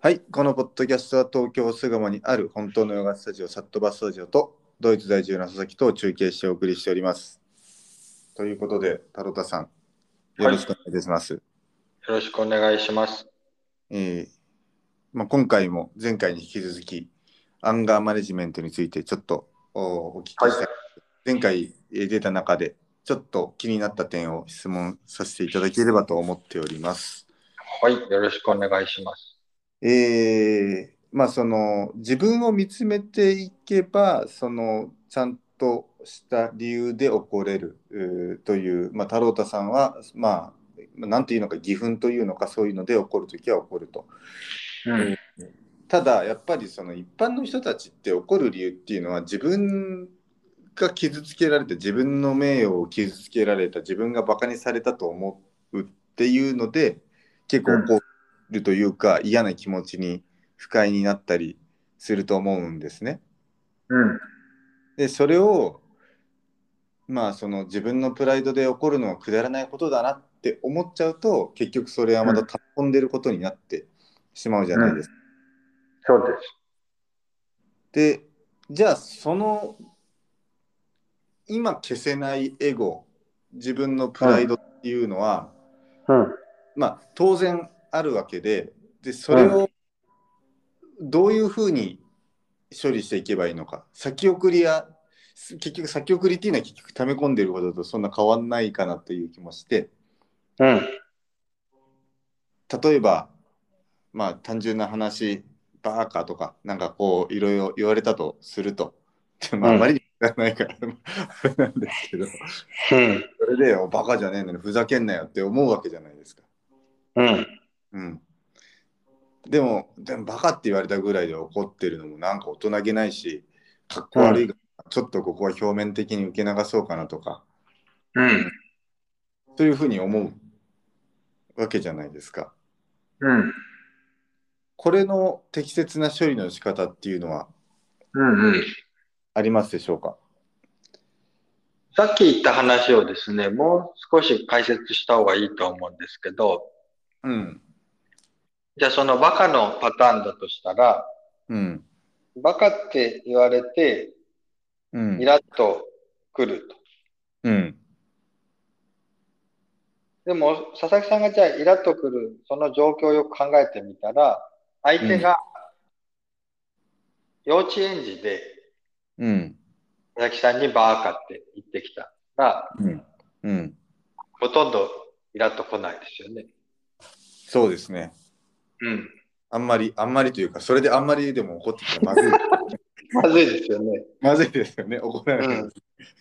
はい、このポッドキャストは東京巣鴨にある本当のヨガスタジオサットバスタジオとドイツ在住の佐々木と中継してお送りしております。ということで、タロタさん、よはい。よろしくお願いいたします。 ろしくお願いします。 えー今回も前回に引き続き、アンガーマネジメントについてちょっとお聞はい。 きしたい。前回出た中で、ちょっと気になった点を質問させていただければと思っております。 はい。よろしくお願いします。 その自分を見つめていけばちゃんとした理由で起これるという、太郎太さんはなんていうのか義憤というのかそういうので起こるときは起こると、 うん。 ただやっぱりその一般の人たちって起こる理由っていうのは自分が傷つけられて自分の名誉を傷つけられた自分がバカにされたと思うっていうので結うん。 構起こるというか嫌な気持ちに不快になったりすると思うんですね。 うん。 でそれをその自分のプライドで起こるのはくだらないことだなって思っちゃうと結局それはうん。 また溜め込んでることになってしまうじゃうん。 ないですか。 そうです。 でじゃあその今消せないエゴ自分のプうん。 ライドっていうのはうん。 当然あるわけでそうん。 れをどういうふうに処理していけばいいのか先送りや結局先送りっていうのは結局溜め込んでることとそんな変わんないかなという気もしてうん。 例えば単純な話バーカとかなんかこういろいろ言われたとするとうん。 あまりにもないからあれなんですけどうん。 それでバカじゃねえのにふざけんなよって思うわけじゃないですか。 うん。 うん、でもバカって言われたぐらいで怒ってるのもなんか大人げないし、かっこ悪いが、ちょっとここは表面的に受け流そうかなとか、 うん。 うん、そういうふうに思うわけじゃないですか。 うん。 これの適切な処理の仕方っていうのはうん。うん。 ありますでしょうか？ さっき言った話をですね、もう少し解説した方がいいと思うんですけど、 うん、 じゃあそのバカのパターンだとしたら、 うん、 バカって言われて、 うん、 イラッとくると。 うん、 でも、佐々木さんがじゃあイラッとくる、その状況をよく考えてみたら、相うん、 手が幼稚園児でうん、 佐々木さんにバーカって言ってきたら、 うん、うん。 ほとんどイラッと来ないですよね。 そうですね。 うん。 あんまりというか、それであんまりでも怒ってきたらまずい。 まずいですよね。 まずいですよね。怒らないでうん。 す。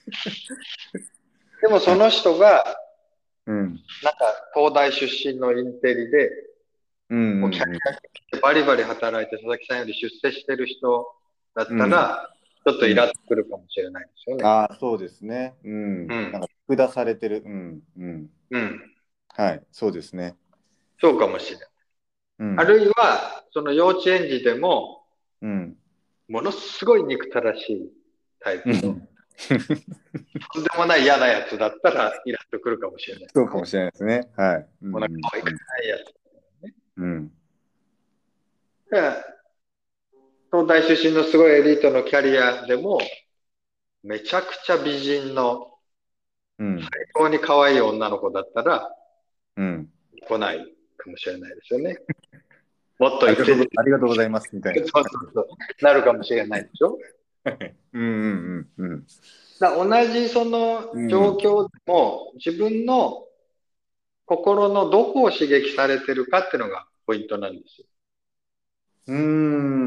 でもそはい。 の人が、 うん、 なんか東大出身のインテリで、 うん、 もうキャリうん、 アでバリバリ働いて佐々木さんより出世してる人だっうん。 たら、ちょっとうん。 イラッとくるかもしれないですよね。 ああ、そうですね。うん。なうん。 んか、下されてる。うん、うん。 うん。 はい、そうですね。 そうかもしれない。 うん、 あるいは、その幼稚園児でも、 うん、 ものすごい憎たらしいタイプの、 うん。 とんでもない嫌なやつだったらイラッとくるかもしれないですね。 そうかもしれないですね。はい。うもうなんかん、 可愛くないやつね。 うん、 だから東大出身のすごいエリートのキャリアでも、めちゃくちゃ美人のうん、 最高に可愛い女の子だったらうん。 来ないかもしれないですよね。もっと言って、 ありがとうございます、みたいな。 そうそうそう、なるかもしれないでしょ。 はい。うん、うん、うん、 同じそのうん。 状況でも自分の心のどこを刺激されてるかっていうのがポイントなんですよ。 うん、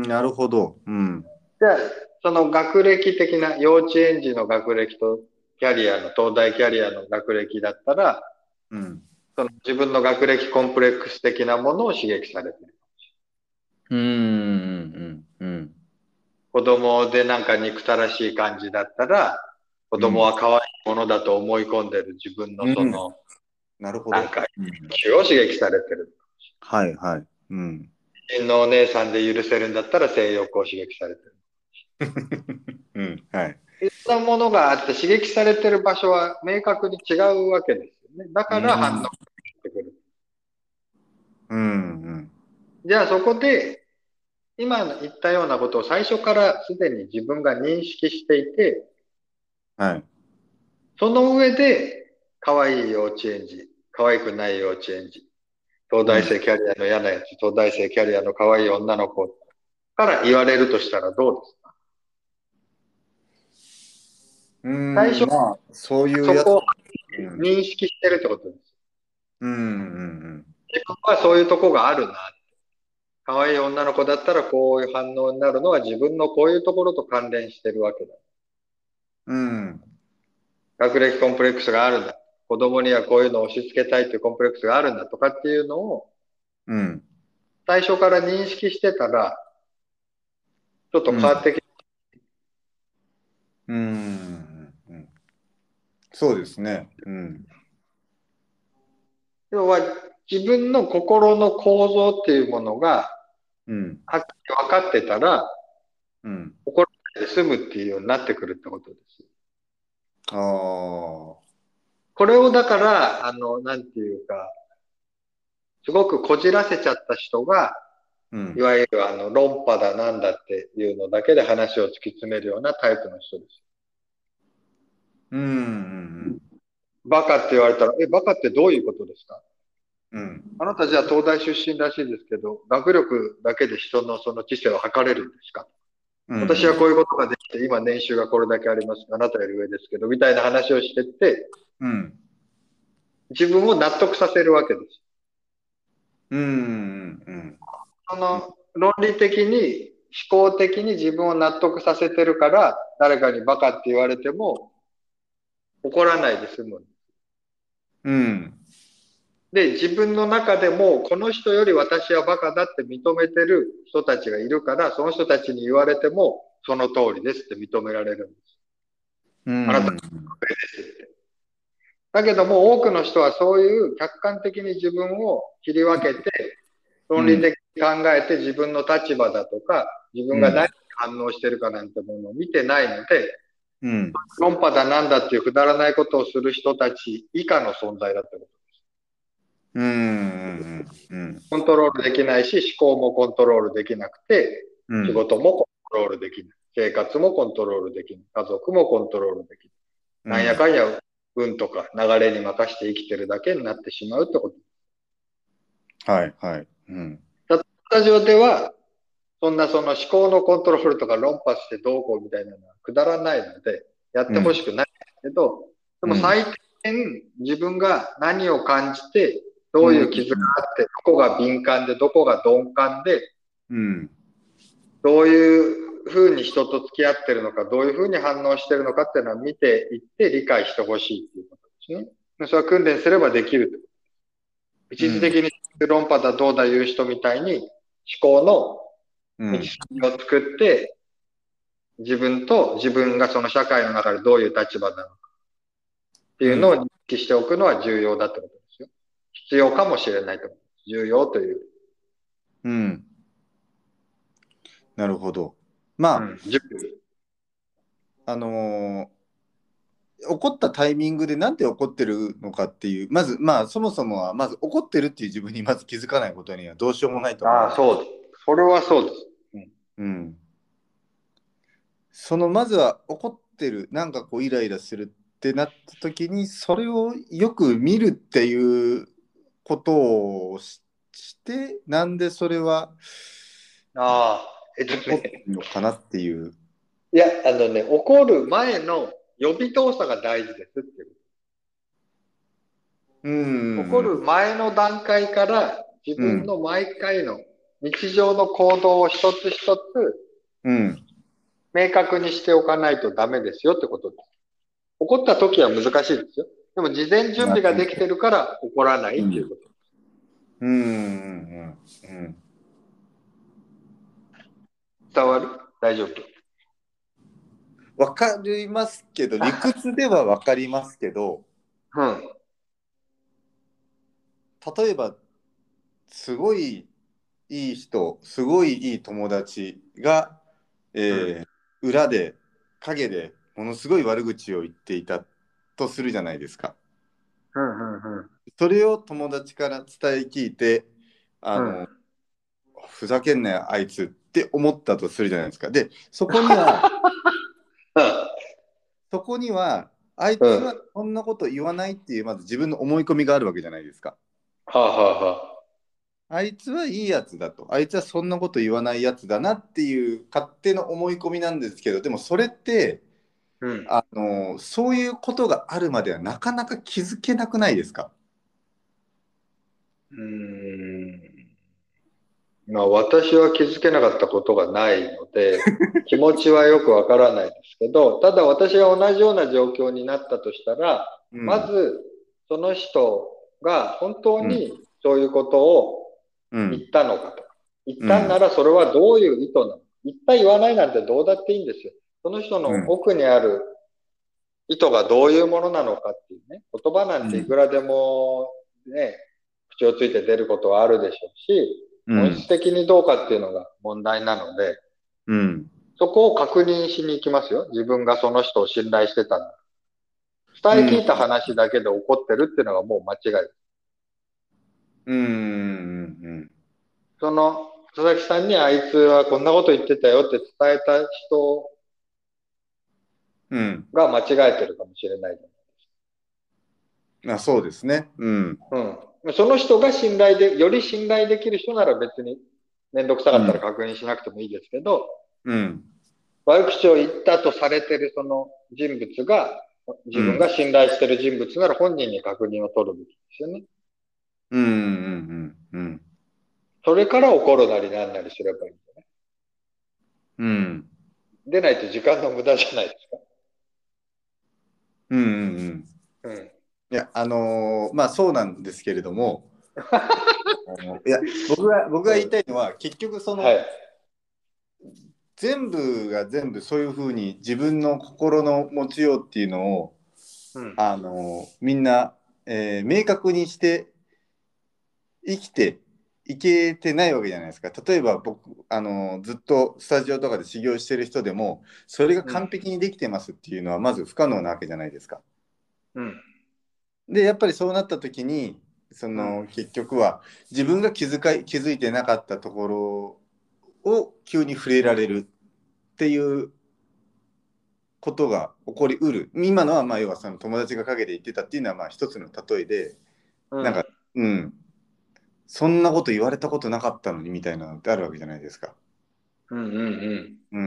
なるほど。うん、 じゃあ、その学歴的な幼稚園児の学歴とキャリアの、東大キャリアの学歴だったら、 うん、 その自分の学歴コンプレックス的なものを刺激されてる。 うん、うん、うん、 子供でなんか憎たらしい感じだったら、子うん、 供は可愛いものだと思い込んでる自分のうん。 その、 なるほど。 なんか、 うん、 欲求を刺激されてる。 はい、はい。うん。 自分のお姉さんで許せるんだったら性欲を刺激されてる。 うん、はい。 いろんなものがあって刺激されてる場所は明確に違うわけですよね。だうから反応がん、 してくる。 うん、うん、 じゃあそこで今言ったようなことを最初からすでに自分が認識していて、 はい。 その上で、可愛い幼稚園児、可愛くない幼稚園児、東うん。 大生キャリアの嫌なやつ、東大生キャリアの可愛い女の子から言われるとしたらどうですか？最初、 まあ、そういうやつ。 そこをうん。 認識してるってことです。 うん、うん、 自分はそういうとこがあるな。可愛い女の子だったらこういう反応になるのは自分のこういうところと関連してるわけだ。 うん。うん。 学歴コンプレックスがあるんだ。子供にはこういうのを押し付けたいっていうコンプレックスがあるんだとかっていうのをうん。 最初から認識してたら、ちょっと変わってきて、 うん。うん。そうですね。うん。 要は自分の心の構造っていうものがうん。 はっきり分かってたら、 うん。 怒らないで済むっていうようになってくるってことです。 ああ。 これをだから、なんていうか、すごくこじらせちゃった人が、 うん。 いわゆる論破だなんだっていうのだけで話を突き詰めるようなタイプの人です。 うん。 バカって言われたら、バカってどういうことですか？ うん。 あなたじゃあ東大出身らしいですけど、学力だけで人のその知性を測れるんですか？ うん。 私はこういうことができて、今年収がこれだけあります。あなたより上ですけど、みたいな話をしてって、 うん。 自分を納得させるわけです。 うん。うん。 その論理的に、思考的に自分を納得させてるから、誰かにバカって言われても怒らないで済む。 うん。 で、自分の中でも、この人より私はバカだって認めてる人たちがいるから、その人たちに言われても、その通りですって認められるんです。 うあなたのん。 上ですって。だけども、多くの人はそういう客観的に自分を切り分けて、論理的に考えて自分の立場だとか、自分が何に反応してるかなんてものを見てないので、 うん。 論破だなんだっていうくだらないことをする人たち以下の存在だってこと。 うん。うん。 コントロールできないし、思考もコントロールできなくて、仕うん。 事もコントロールできない。生活もコントロールできない。家族もコントロールできない。なんやうん。 かんや、運とか流れに任せて生きてるだけになってしまうってこと。 はい。はい。うん。 スタジオでは、そんなその思考のコントロールとか論破してどうこうみたいなのはくだらないので、やってほうん。 しくないけど、でうん。 も最低自分が何を感じて、どうん。 ういう傷があって、どこが敏感で、どこが鈍感で、 うん。 どういうふうに人と付き合ってるのか、どういうふうに反応してるのかっていうのは見ていって理解してほしいっていうことですね。それは訓練すればできる。 うん。 一時的に論破だどうだ言う人みたいに思考の道うん。 筋を作って、自分がその社会の中でどういう立場なのかっていうのを認識しておくのは重要だってことですよ。必要かもしれないと思う。重要という。 うん。なるほど。まうん。 あ、怒ったタイミングでなんで怒ってるのかっていう、まず、まあ、そもそもは、まず怒ってるっていう自分にまず気づかないことにはどうしようもないと思うああ、 んです。 そうです。それはそうです。うん。 うん。まずは怒ってる、なんかこう、イライラするってなった時に、それをよく見るっていうことをして、なんでそれはああ、 怒ってるのかなっていう。 いや、怒る前の予備動作が大事ですっていう。 う怒るん。 前の段階から自うん。 分の毎回の日常の行動を一つ一つうん。 明確にしておかないとダメですよってことです。怒った時は難しいですよ。でも事前準備ができてるから怒らないうん。 っていうこと。 うん。うん。うん。 伝わる？大丈夫？ わかりますけど、理屈ではわかりますけど、 うん。 例えば、すごいいい人、すごいいい友達が、 うん。 裏で、陰でものすごい悪口を言っていたとするじゃないですか。 うん。うん。 それを友達から伝え聞いて、あうん。 の、ふざけんなよ、あいつ。 って思ったとするじゃないですか。で、そこには、 うん。 そこには、あいうん。 つはそんなこと言わないっていう、まず自分の思い込みがあるわけじゃないですか。 はあ、はあ、はあいつはいいやつだと。あいつはそんなこと言わないやつだなっていう勝手の思い込みなんですけど、でもそれって、 あ。うん。 そういうことがあるまではなかなか気づけなくないですか？ うーん。まあ、私は気づけなかったことがないので、気持ちはよくわからないですけど、ただ私が同じような状況になったとしたら、 うん、 まず、その人が本当うん、 にそういうことをうん、 言ったのかとか、言っうん、 たんならそれはどういう意図なのか。言った言わないなんてどうだっていいんですよ。その人のうん、 奥にある意図がどういうものなのかっていうね、言葉なんていくらでもね、口をついて出ることはあるでしょうし、 うん、 本質的にどうかっていうのが問題なので、 うん、 そこを確認しに行きますよ。自分がその人を信頼してたんだ。伝え聞いた話だけで怒ってるっていうのがもう間違いです。 うん、 その、佐々木さんにあいつはこんなこと言ってたよって伝えた人うん。 が間違えてるかもしれないじあ、そうですね。うん、 ゃん。うん。その人が信頼で、より信頼できる人なら別にめんどくさかったらうん、 確認しなくてもいいですけど、 うん、 悪口を言ったとされてるその人物が、自分うん、 が信頼してる人物なら本人に確認を取るべきですよね。 うん、うん、うん、 それから怒るなりなんなりすればいいんだね。 うん、 でないと時間の無駄じゃないですか。 うん、うん。 うん。 いや、まあそうなんですけれども、いや、僕が言いうん。 たいのは、結局その、 はい。 全部が全部そういうふうに自分の心の持ちようっていうのを、 うん。 みんな、明確にして生きていけてないわけじゃないですか。例えば僕、ずっとスタジオとかで修行してる人でも、それがうん。 完璧にできてますっていうのはまず不可能なわけじゃないですか。 うん。 で、やっぱりそうなった時に、そうん。 の結局は自分が気づいてなかったところを急に触れられるっていうことが起こりうる。今のはまあ要はその友達が陰で言ってたっていうのはまあ一つの例えで、 うん。 なんか、うん、そんなこと言われたことなかったのにみたいなのってあるわけじゃないですか。 うん。うん。 うん。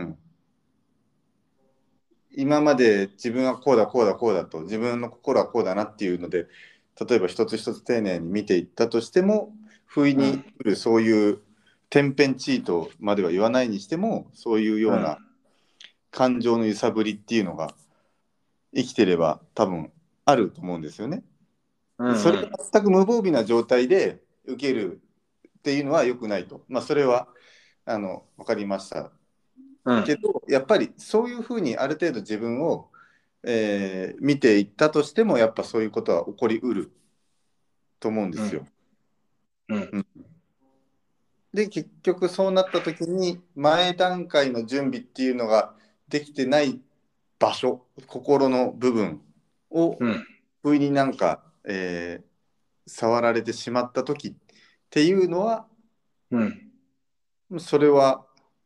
今まで自分はこうだこうだこうだと自分の心はこうだなっていうので、例えば一つ一つ丁寧に見ていったとしても、不意うん。 に来るそういう天変地異とまでは言わないにしても、そういううん。 ような感情の揺さぶりっていうのが生きてれば多分あると思うんですよね。 うん。 でそれがうん。 全く無防備な状態で受けるっていうのは良くないと。まあそれは分かりました。 うん。 けど、やっぱりそういうふうにある程度自分を、見ていったとしても、やっぱそういうことは起こりうると思うんですよ。 うん。 うん、で、結局そうなった時に、前段階の準備っていうのができてない場所、心の部分を、 うん。 不意になんか、触られてしまった時っていうのは、 うん。 それは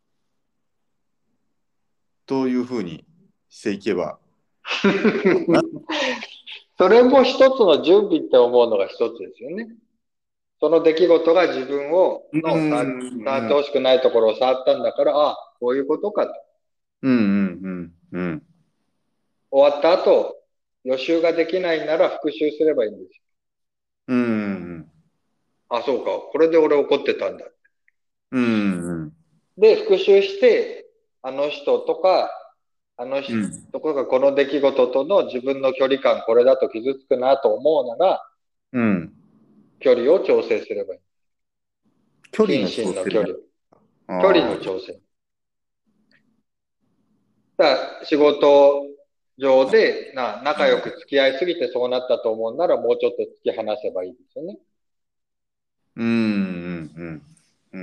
どういうふうにしていけばいいのかな。 それも一つの準備って思うのが一つですよね。その出来事が自分を、 う触ってん、 ほしくないところを触ったんだから、ああ、こういうことかと。 うん、うん、うん、 終わった後、予習ができないなら復習すればいいんですよ。 うん、 あ、そうか。これで俺怒ってたんだ。 うん、 で、復習して、あの人とか、あの人うん、 とかがこの出来事との自分の距離感、これだと傷つくなと思うなら、 うん。 距離を調整すればいい。 距離心の調整が。 身の距離。距離のあ調整。だから仕事上で仲良く付き合いすぎてそうなったと思うならもうちょっと突き放せばいいですよね。 うん、うん、うん、うん。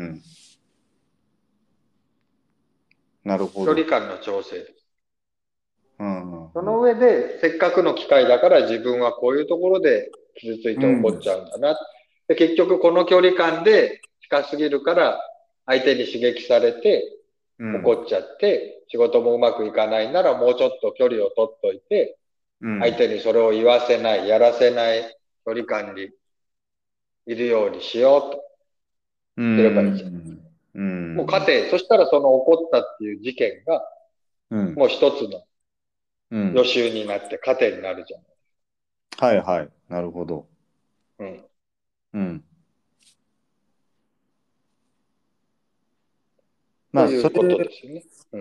なるほど。 距離感の調整です。 うん、うん、 その上で、せっかくの機会だから自分はこういうところで傷ついて怒っちゃうんだな。で、結局この距離感で近すぎるから相手に刺激されてうん。 怒っちゃって、仕事もうまくいかないならもうちょっと距離を取っといて、 うん。 相手にそれを言わせない、やらせない距離感にいるようにしようとうすればいいじゃん。 ん。うん。 もうそしたらその怒ったっていう事件がうん。 もう一つのうん。 予習になって糧になるじゃん。 はいはい。なるほど。 うん。 うん。まあ、そということでれ、 すよね。うん。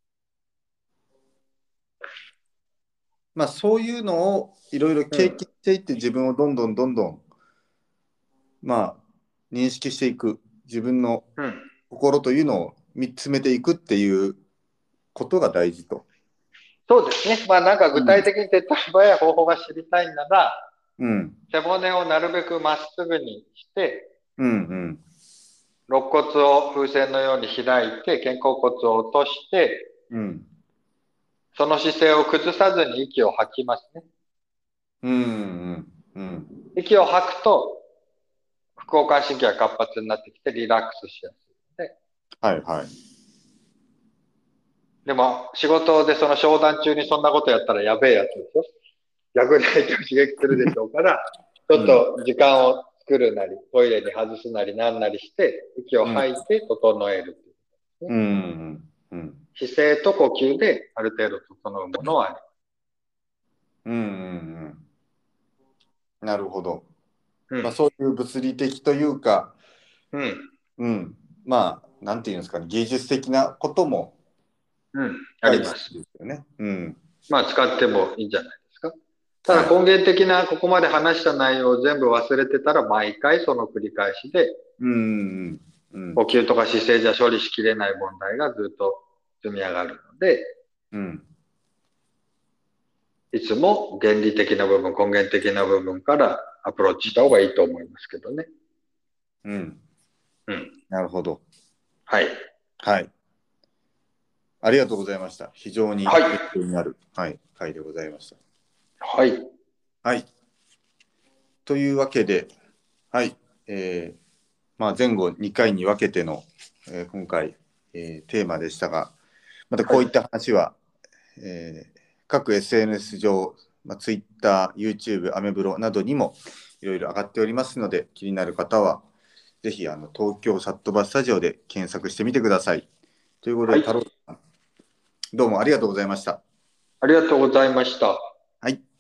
まあ、そういうのをいろいろうん。 経験していって自分をどんどんどんどん、まあ、認識していく。自分のうん。 心というのを見つめていくっていうことが大事と。 そうですね。まあなんかうん。 具体的に手っ取り早い方法が知りたいなら、 うん。 背骨をなるべくまっすぐにして、 うん。うん。 肋骨を風船のように開いて、肩甲骨を落として、 うん。 その姿勢を崩さずに息を吐きますね。 うん。うん。 息を吐くと、副交感神経が活発になってきてリラックスしやすいので。 はいはい。 でも、仕事でその商談中にそんなことやったらやべえやつですよ。逆に相手を刺激するでしょうから、ちょっうん。 と時間を作るなり、トイレに外すなりなんなりして、息をうん。 吐いて整えるっていうことですね。 うん。うん。 姿勢と呼吸である程度整うものはありまうん。うん。なるほど。 す。うん。 まあ、そういう物理的というか、 うん。 うん。まあ、なんていうんですかね、芸術的なこともうん。あ大事ります。 ですよね。うん。 まあ、使ってもいいんじゃないですか。たはい。 だ根源的なここまで話した内容を全部忘れてたら毎回その繰り返しで、 うん。うん。 呼吸とか姿勢じゃ処理しきれない問題がずっと積み上がるので、 うん。 いつも原理的な部分、根源的な部分からアプローチした方がいいと思いますけどね。 うん。 うん。 なるほど。 はい。 はい。ありがとうございました。非常にはい。 勉強になる、はい、回でございました。 はい。 はい。というわけで、はい。まあ、前後2回に分けての、今回、テーマでしたが、またはい。 こういった話は、各 SNS 上、まあ、Twitter、YouTube、アメブロなどにもいろいろ上がっておりますので、気になる方は、ぜひ東京サットバスタジオで検索してみてください。ということで、 はい。 太郎さん、どうもありがとうございました。 ありがとうございました。 はい。